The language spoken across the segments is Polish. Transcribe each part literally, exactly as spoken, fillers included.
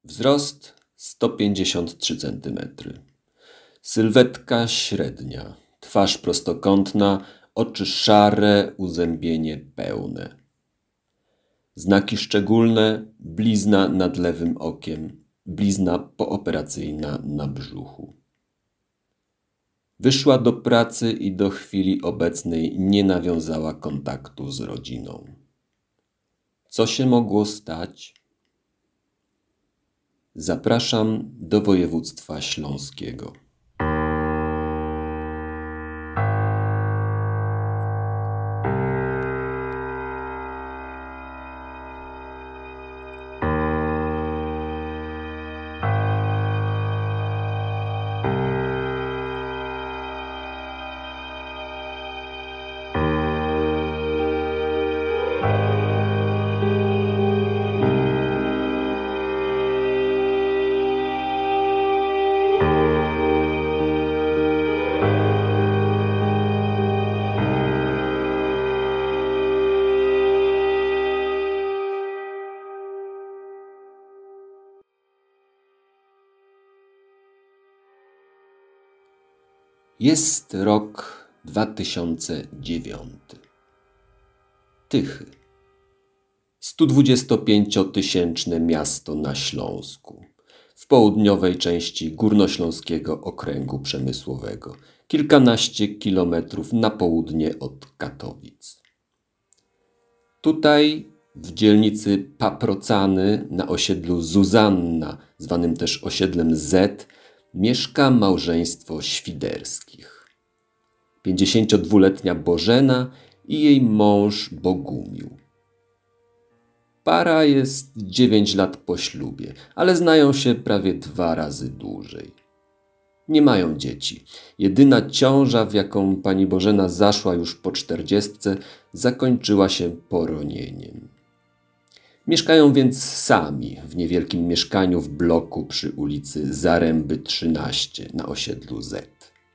Wzrost sto pięćdziesiąt trzy centymetry. Sylwetka średnia, twarz prostokątna, oczy szare, uzębienie pełne. Znaki szczególne: blizna nad lewym okiem, blizna pooperacyjna na brzuchu. Wyszła do pracy i do chwili obecnej nie nawiązała kontaktu z rodziną. Co się mogło stać? Zapraszam do województwa śląskiego. Jest rok dwa tysiące dziewiąty. Tychy. sto dwudziestopięciotysięczne miasto na Śląsku, w południowej części Górnośląskiego Okręgu Przemysłowego, kilkanaście kilometrów na południe od Katowic. Tutaj, w dzielnicy Paprocany, na osiedlu Zuzanna, zwanym też osiedlem Z, mieszka małżeństwo Świderskich. pięćdziesięciodwuletnia Bożena i jej mąż Bogumił. Para jest dziewięć lat po ślubie, ale znają się prawie dwa razy dłużej. Nie mają dzieci. Jedyna ciąża, w jaką pani Bożena zaszła już po czterdziestce, zakończyła się poronieniem. Mieszkają więc sami w niewielkim mieszkaniu w bloku przy ulicy Zaręby trzynaście na osiedlu Z.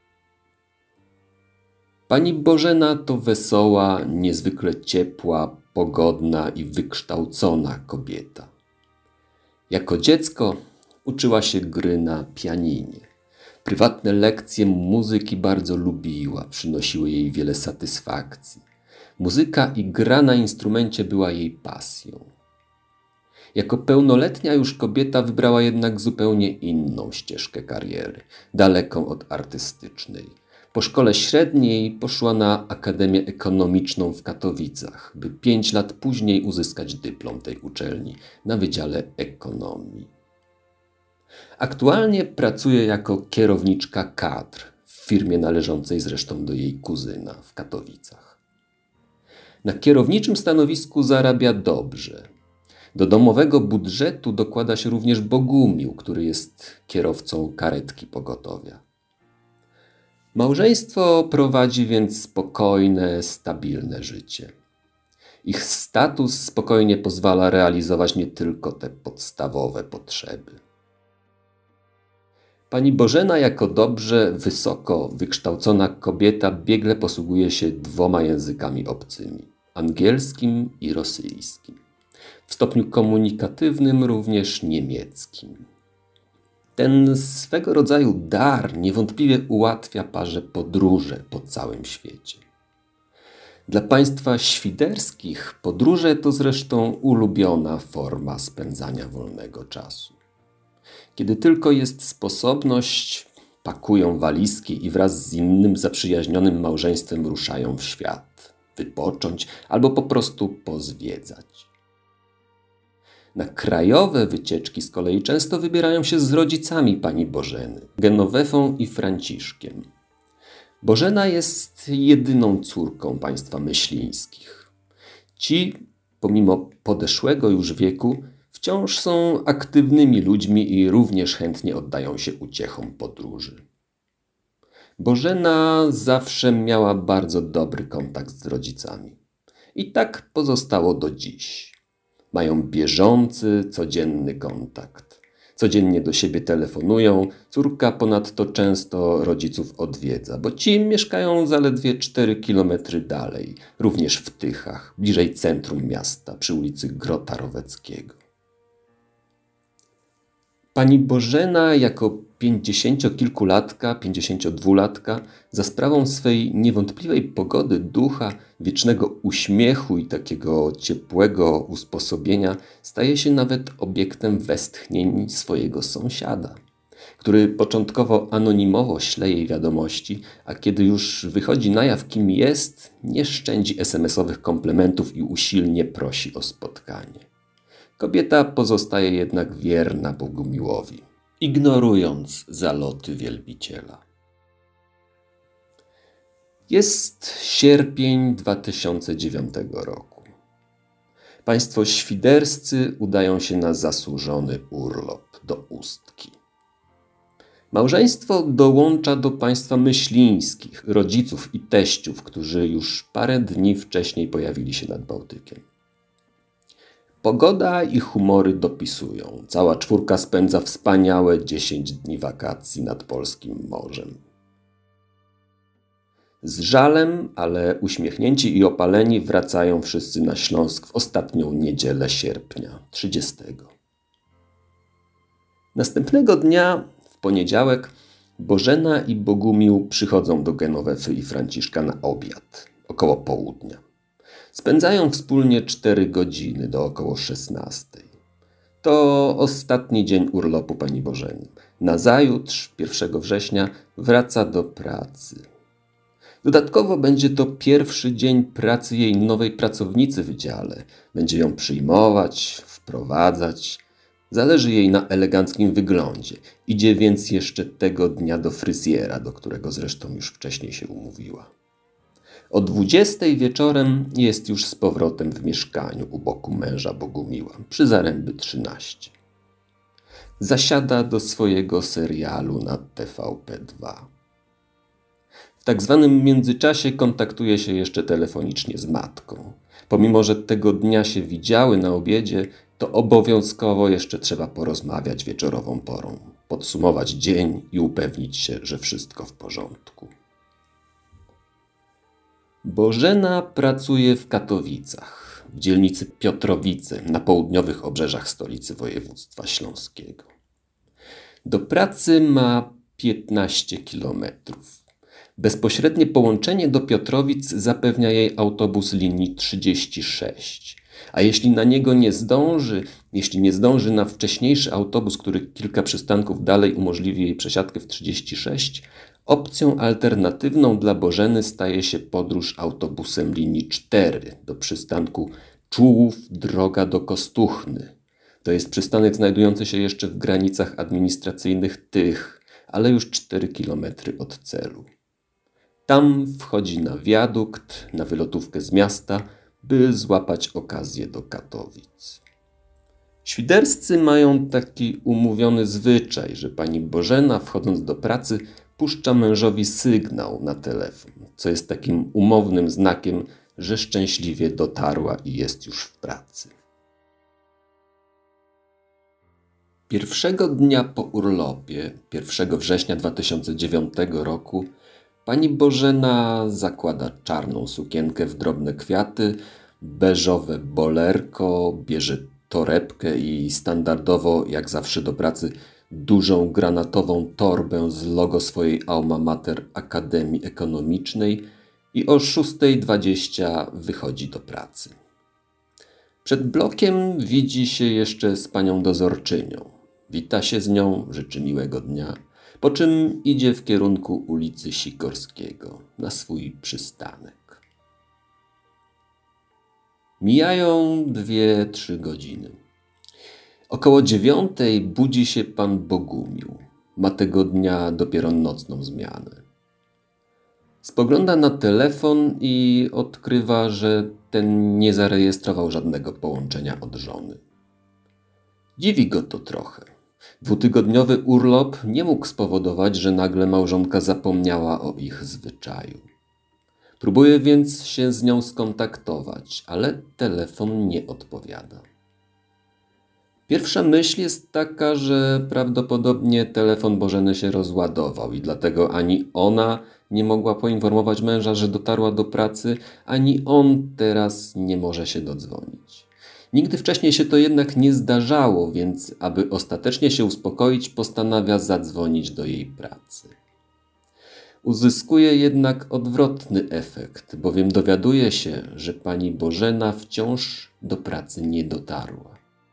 Pani Bożena to wesoła, niezwykle ciepła, pogodna i wykształcona kobieta. Jako dziecko uczyła się gry na pianinie. Prywatne lekcje muzyki bardzo lubiła, przynosiły jej wiele satysfakcji. Muzyka i gra na instrumencie była jej pasją. Jako pełnoletnia już kobieta wybrała jednak zupełnie inną ścieżkę kariery, daleką od artystycznej. Po szkole średniej poszła na Akademię Ekonomiczną w Katowicach, by pięć lat później uzyskać dyplom tej uczelni na Wydziale Ekonomii. Aktualnie pracuje jako kierowniczka kadr w firmie należącej zresztą do jej kuzyna w Katowicach. Na kierowniczym stanowisku zarabia dobrze. Do domowego budżetu dokłada się również Bogumił, który jest kierowcą karetki pogotowia. Małżeństwo prowadzi więc spokojne, stabilne życie. Ich status spokojnie pozwala realizować nie tylko te podstawowe potrzeby. Pani Bożena jako dobrze, wysoko wykształcona kobieta biegle posługuje się dwoma językami obcymi – angielskim i rosyjskim. W stopniu komunikatywnym również niemieckim. Ten swego rodzaju dar niewątpliwie ułatwia parze podróże po całym świecie. Dla państwa Świderskich podróże to zresztą ulubiona forma spędzania wolnego czasu. Kiedy tylko jest sposobność, pakują walizki i wraz z innym zaprzyjaźnionym małżeństwem ruszają w świat, wypocząć albo po prostu pozwiedzać. Na krajowe wycieczki z kolei często wybierają się z rodzicami pani Bożeny, Genowefą i Franciszkiem. Bożena jest jedyną córką państwa Myślińskich. Ci, pomimo podeszłego już wieku, wciąż są aktywnymi ludźmi i również chętnie oddają się uciechom podróży. Bożena zawsze miała bardzo dobry kontakt z rodzicami. I tak pozostało do dziś. Mają bieżący, codzienny kontakt. Codziennie do siebie telefonują, córka ponadto często rodziców odwiedza, bo ci mieszkają zaledwie cztery kilometry dalej, również w Tychach, bliżej centrum miasta, przy ulicy Grota Roweckiego. Pani Bożena jako pięćdziesięciokilkulatka, pięćdziesięciodwulatka za sprawą swej niewątpliwej pogody ducha, wiecznego uśmiechu i takiego ciepłego usposobienia staje się nawet obiektem westchnień swojego sąsiada, który początkowo anonimowo śle jej wiadomości, a kiedy już wychodzi na jaw, kim jest, nie szczędzi es em esowych komplementów i usilnie prosi o spotkanie. Kobieta pozostaje jednak wierna Bogumiłowi, ignorując zaloty wielbiciela. Jest sierpień dwa tysiące dziewiątego roku. Państwo świderscy udają się na zasłużony urlop do Ustki. Małżeństwo dołącza do państwa myślińskich, rodziców i teściów, którzy już parę dni wcześniej pojawili się nad Bałtykiem. Pogoda i humory dopisują. Cała czwórka spędza wspaniałe dziesięć dni wakacji nad polskim morzem. Z żalem, ale uśmiechnięci i opaleni wracają wszyscy na Śląsk w ostatnią niedzielę sierpnia, trzydziestego. Następnego dnia, w poniedziałek, Bożena i Bogumił przychodzą do Genowefy i Franciszka na obiad, około południa. Spędzają wspólnie cztery godziny do około szesnastej. To ostatni dzień urlopu pani Bożeny. Nazajutrz, pierwszego września, wraca do pracy. Dodatkowo będzie to pierwszy dzień pracy jej nowej pracownicy w dziale. Będzie ją przyjmować, wprowadzać. Zależy jej na eleganckim wyglądzie. Idzie więc jeszcze tego dnia do fryzjera, do którego zresztą już wcześniej się umówiła. O dwudziestej wieczorem jest już z powrotem w mieszkaniu u boku męża Bogumiła, przy Zaręby trzynaście. Zasiada do swojego serialu na T V P dwa. W tak zwanym międzyczasie kontaktuje się jeszcze telefonicznie z matką. Pomimo że tego dnia się widziały na obiedzie, to obowiązkowo jeszcze trzeba porozmawiać wieczorową porą, podsumować dzień i upewnić się, że wszystko w porządku. Bożena pracuje w Katowicach, w dzielnicy Piotrowice, na południowych obrzeżach stolicy województwa śląskiego. Do pracy ma piętnaście kilometrów. Bezpośrednie połączenie do Piotrowic zapewnia jej autobus linii trzydzieści sześć. A jeśli na niego nie zdąży, jeśli nie zdąży na wcześniejszy autobus, który kilka przystanków dalej umożliwi jej przesiadkę w trzydzieści sześć, opcją alternatywną dla Bożeny staje się podróż autobusem linii cztery do przystanku Czułów droga do Kostuchny. To jest przystanek znajdujący się jeszcze w granicach administracyjnych tych, ale już cztery kilometry od celu. Tam wchodzi na wiadukt, na wylotówkę z miasta, by złapać okazję do Katowic. Świderscy mają taki umówiony zwyczaj, że pani Bożena, wchodząc do pracy, puszcza mężowi sygnał na telefon, co jest takim umownym znakiem, że szczęśliwie dotarła i jest już w pracy. Pierwszego dnia po urlopie, pierwszego września dwa tysiące dziewiątego roku, pani Bożena zakłada czarną sukienkę w drobne kwiaty, beżowe bolerko, bierze torebkę i standardowo, jak zawsze do pracy, dużą granatową torbę z logo swojej alma mater Akademii Ekonomicznej i o szósta dwadzieścia wychodzi do pracy. Przed blokiem widzi się jeszcze z panią dozorczynią. Wita się z nią, życzy miłego dnia, po czym idzie w kierunku ulicy Sikorskiego na swój przystanek. Mijają dwie, trzy godziny. Około dziewiątej budzi się pan Bogumił. Ma tego dnia dopiero nocną zmianę. Spogląda na telefon i odkrywa, że ten nie zarejestrował żadnego połączenia od żony. Dziwi go to trochę. Dwutygodniowy urlop nie mógł spowodować, że nagle małżonka zapomniała o ich zwyczaju. Próbuje więc się z nią skontaktować, ale telefon nie odpowiada. Pierwsza myśl jest taka, że prawdopodobnie telefon Bożeny się rozładował i dlatego ani ona nie mogła poinformować męża, że dotarła do pracy, ani on teraz nie może się dodzwonić. Nigdy wcześniej się to jednak nie zdarzało, więc aby ostatecznie się uspokoić, postanawia zadzwonić do jej pracy. Uzyskuje jednak odwrotny efekt, bowiem dowiaduje się, że pani Bożena wciąż do pracy nie dotarła.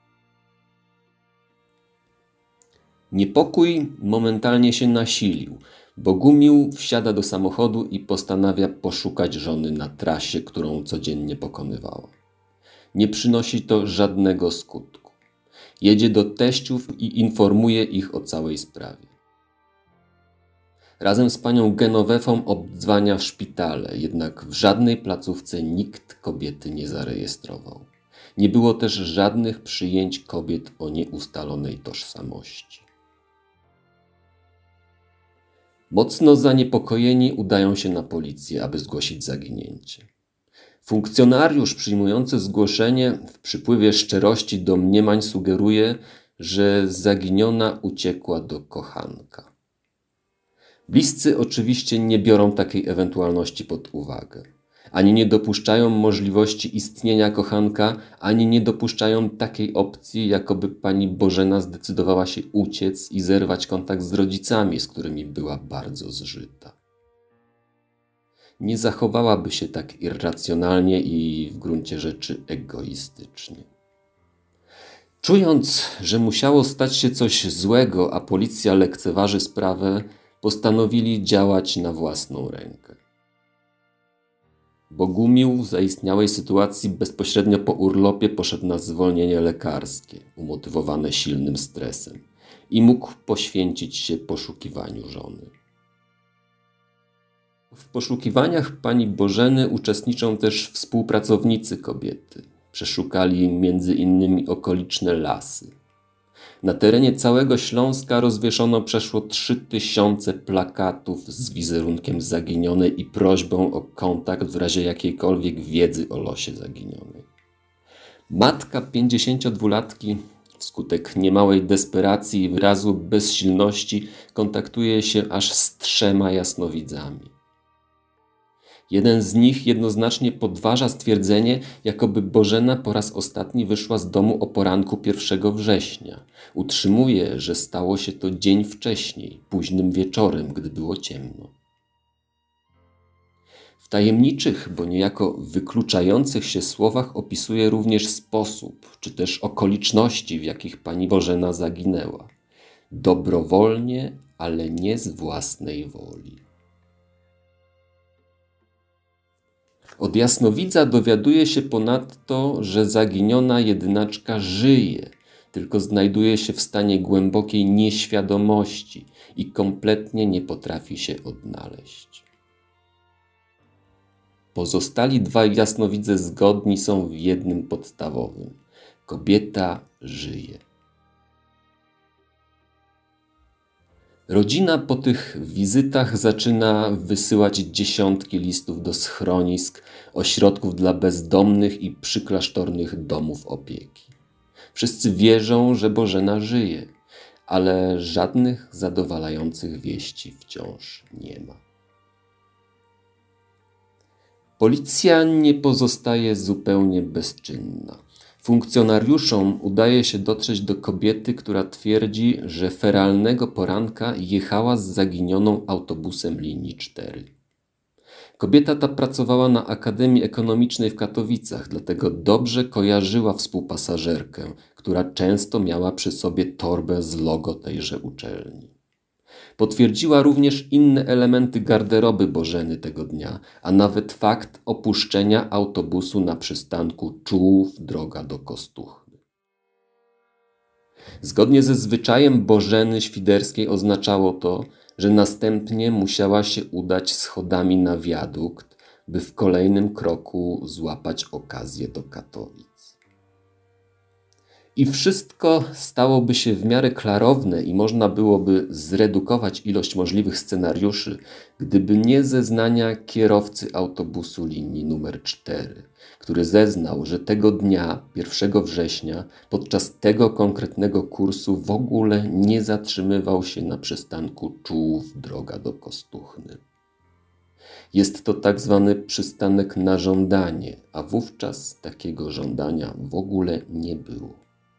Niepokój momentalnie się nasilił. Bogumił wsiada do samochodu i postanawia poszukać żony na trasie, którą codziennie pokonywała. Nie przynosi to żadnego skutku. Jedzie do teściów i informuje ich o całej sprawie. Razem z panią Genowefą obdzwania w szpitale, jednak w żadnej placówce nikt kobiety nie zarejestrował. Nie było też żadnych przyjęć kobiet o nieustalonej tożsamości. Mocno zaniepokojeni udają się na policję, aby zgłosić zaginięcie. Funkcjonariusz przyjmujący zgłoszenie w przypływie szczerości domniemań sugeruje, że zaginiona uciekła do kochanka. Bliscy oczywiście nie biorą takiej ewentualności pod uwagę. Ani nie dopuszczają możliwości istnienia kochanka, ani nie dopuszczają takiej opcji, jakoby pani Bożena zdecydowała się uciec i zerwać kontakt z rodzicami, z którymi była bardzo zżyta. Nie zachowałaby się tak irracjonalnie i w gruncie rzeczy egoistycznie. Czując, że musiało stać się coś złego, a policja lekceważy sprawę, postanowili działać na własną rękę. Bogumił w zaistniałej sytuacji bezpośrednio po urlopie poszedł na zwolnienie lekarskie, umotywowane silnym stresem, i mógł poświęcić się poszukiwaniu żony. W poszukiwaniach pani Bożeny uczestniczą też współpracownicy kobiety. Przeszukali między innymi okoliczne lasy. Na terenie całego Śląska rozwieszono przeszło trzy tysiące plakatów z wizerunkiem zaginionej i prośbą o kontakt w razie jakiejkolwiek wiedzy o losie zaginionej. Matka pięćdziesięciodwulatki wskutek niemałej desperacji i wyrazu bezsilności kontaktuje się aż z trzema jasnowidzami. Jeden z nich jednoznacznie podważa stwierdzenie, jakoby Bożena po raz ostatni wyszła z domu o poranku pierwszego września. Utrzymuje, że stało się to dzień wcześniej, późnym wieczorem, gdy było ciemno. W tajemniczych, bo niejako wykluczających się słowach opisuje również sposób, czy też okoliczności, w jakich pani Bożena zaginęła. Dobrowolnie, ale nie z własnej woli. Od jasnowidza dowiaduje się ponadto, że zaginiona jedynaczka żyje, tylko znajduje się w stanie głębokiej nieświadomości i kompletnie nie potrafi się odnaleźć. Pozostali dwaj jasnowidze zgodni są w jednym podstawowym. Kobieta żyje. Rodzina po tych wizytach zaczyna wysyłać dziesiątki listów do schronisk, ośrodków dla bezdomnych i przyklasztornych domów opieki. Wszyscy wierzą, że Bożena żyje, ale żadnych zadowalających wieści wciąż nie ma. Policja nie pozostaje zupełnie bezczynna. Funkcjonariuszom udaje się dotrzeć do kobiety, która twierdzi, że feralnego poranka jechała z zaginioną autobusem linii cztery. Kobieta ta pracowała na Akademii Ekonomicznej w Katowicach, dlatego dobrze kojarzyła współpasażerkę, która często miała przy sobie torbę z logo tejże uczelni. Potwierdziła również inne elementy garderoby Bożeny tego dnia, a nawet fakt opuszczenia autobusu na przystanku Czułów droga do Kostuchny. Zgodnie ze zwyczajem Bożeny Świderskiej oznaczało to, że następnie musiała się udać schodami na wiadukt, by w kolejnym kroku złapać okazję do Katowic. I wszystko stałoby się w miarę klarowne i można byłoby zredukować ilość możliwych scenariuszy, gdyby nie zeznania kierowcy autobusu linii numer cztery, który zeznał, że tego dnia, pierwszego września, podczas tego konkretnego kursu w ogóle nie zatrzymywał się na przystanku Czułów droga do Kostuchny. Jest to tak zwany przystanek na żądanie, a wówczas takiego żądania w ogóle nie było.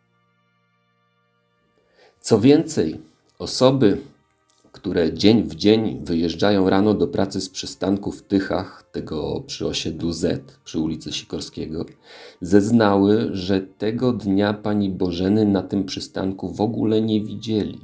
Co więcej, osoby, które dzień w dzień wyjeżdżają rano do pracy z przystanku w Tychach, tego przy osiedlu Z, przy ulicy Sikorskiego, zeznały, że tego dnia pani Bożeny na tym przystanku w ogóle nie widzieli.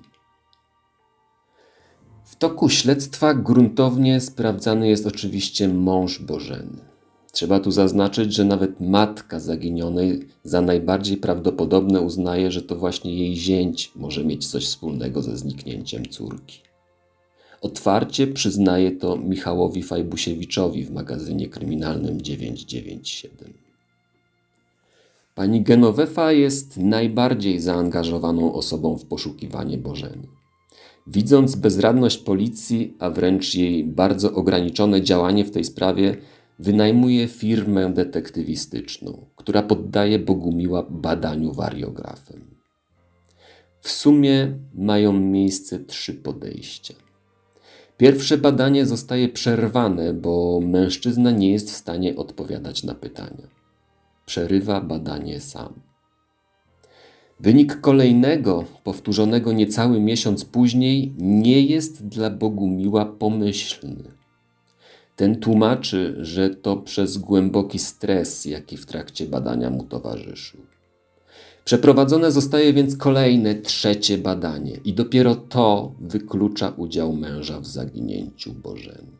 W toku śledztwa gruntownie sprawdzany jest oczywiście mąż Bożeny. Trzeba tu zaznaczyć, że nawet matka zaginionej za najbardziej prawdopodobne uznaje, że to właśnie jej zięć może mieć coś wspólnego ze zniknięciem córki. Otwarcie przyznaje to Michałowi Fajbusiewiczowi w magazynie kryminalnym dziewięćset dziewięćdziesiąt siedem. Pani Genovefa jest najbardziej zaangażowaną osobą w poszukiwanie Bożeny. Widząc bezradność policji, a wręcz jej bardzo ograniczone działanie w tej sprawie, wynajmuje firmę detektywistyczną, która poddaje Bogumiła badaniu wariografem. W sumie mają miejsce trzy podejścia. Pierwsze badanie zostaje przerwane, bo mężczyzna nie jest w stanie odpowiadać na pytania. Przerywa badanie sam. Wynik kolejnego, powtórzonego niecały miesiąc później, nie jest dla Bogumiła pomyślny. Ten tłumaczy, że to przez głęboki stres, jaki w trakcie badania mu towarzyszył. Przeprowadzone zostaje więc kolejne, trzecie badanie i dopiero to wyklucza udział męża w zaginięciu Bożeny.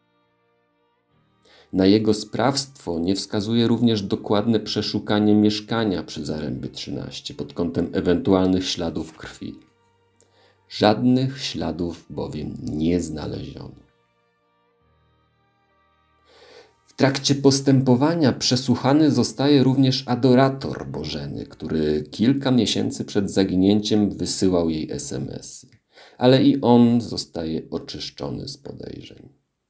Na jego sprawstwo nie wskazuje również dokładne przeszukanie mieszkania przy Zarębie trzynaście pod kątem ewentualnych śladów krwi. Żadnych śladów bowiem nie znaleziono. W trakcie postępowania przesłuchany zostaje również adorator Bożeny, który kilka miesięcy przed zaginięciem wysyłał jej es em esy, ale i on zostaje oczyszczony z podejrzeń.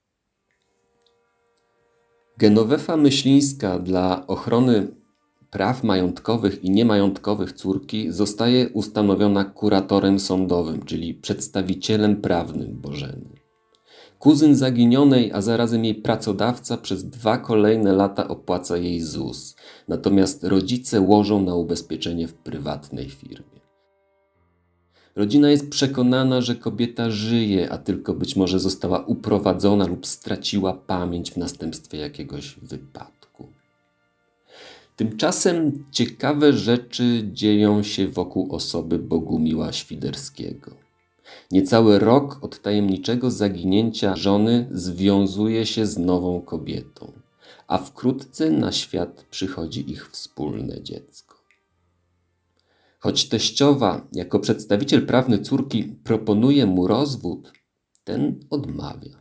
Genovefa Myślińska dla ochrony praw majątkowych i niemajątkowych córki zostaje ustanowiona kuratorem sądowym, czyli przedstawicielem prawnym Bożeny. Kuzyn zaginionej, a zarazem jej pracodawca przez dwa kolejne lata opłaca jej Z U S, natomiast rodzice łożą na ubezpieczenie w prywatnej firmie. Rodzina jest przekonana, że kobieta żyje, a tylko być może została uprowadzona lub straciła pamięć w następstwie jakiegoś wypadku. Tymczasem ciekawe rzeczy dzieją się wokół osoby Bogumiła Świderskiego. Niecały rok od tajemniczego zaginięcia żony związuje się z nową kobietą, a wkrótce na świat przychodzi ich wspólne dziecko. Choć teściowa, jako przedstawiciel prawny córki, proponuje mu rozwód, ten odmawia.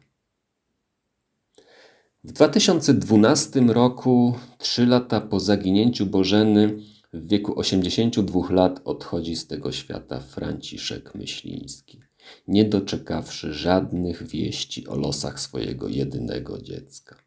W dwa tysiące dwunastym roku, trzy lata po zaginięciu Bożeny, w wieku osiemdziesięciu dwóch lat odchodzi z tego świata Franciszek Myśliński, nie doczekawszy żadnych wieści o losach swojego jedynego dziecka.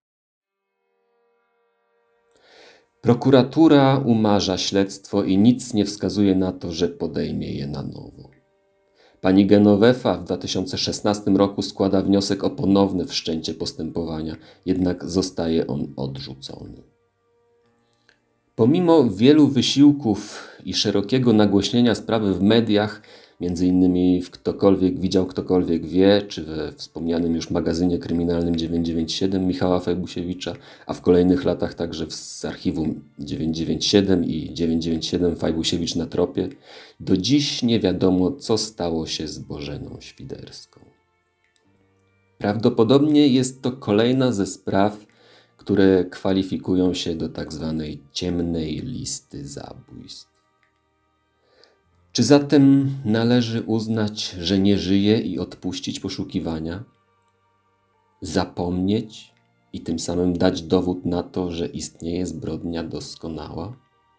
Prokuratura umarza śledztwo i nic nie wskazuje na to, że podejmie je na nowo. Pani Genovefa w dwa tysiące szesnastym roku składa wniosek o ponowne wszczęcie postępowania, jednak zostaje on odrzucony. Pomimo wielu wysiłków i szerokiego nagłośnienia sprawy w mediach, między innymi w Ktokolwiek widział, ktokolwiek wie, czy we wspomnianym już magazynie kryminalnym dziewięćset dziewięćdziesiąt siedem Michała Fajbusiewicza, a w kolejnych latach także z archiwum dziewięćset dziewięćdziesiąt siedem i dziewięćset dziewięćdziesiąt siedem Fajbusiewicz na tropie, do dziś nie wiadomo, co stało się z Bożeną Świderską. Prawdopodobnie jest to kolejna ze spraw, które kwalifikują się do tak zwanej ciemnej listy zabójstw. Czy zatem należy uznać, że nie żyje i odpuścić poszukiwania? Zapomnieć i tym samym dać dowód na to, że istnieje zbrodnia doskonała?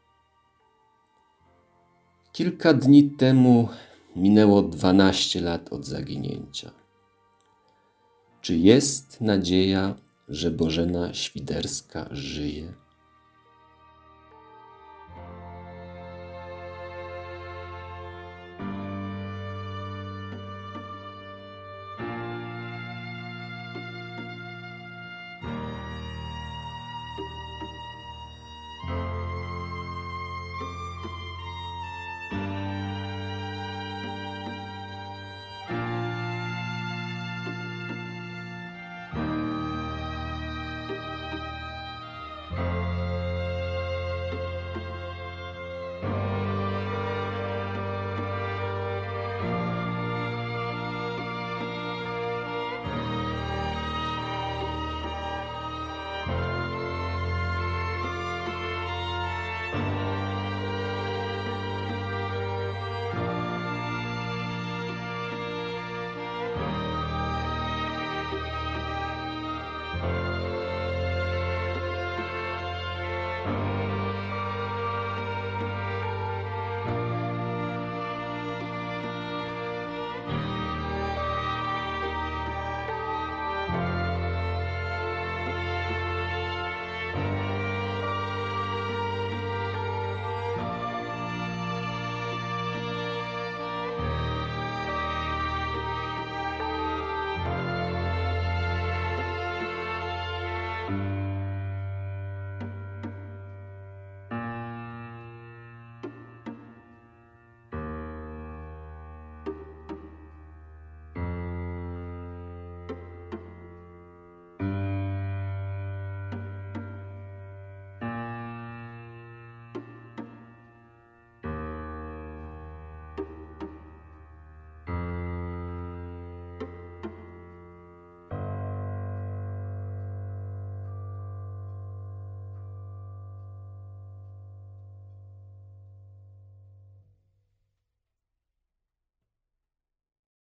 Kilka dni temu minęło dwanaście lat od zaginięcia. Czy jest nadzieja, że Bożena Świderska żyje?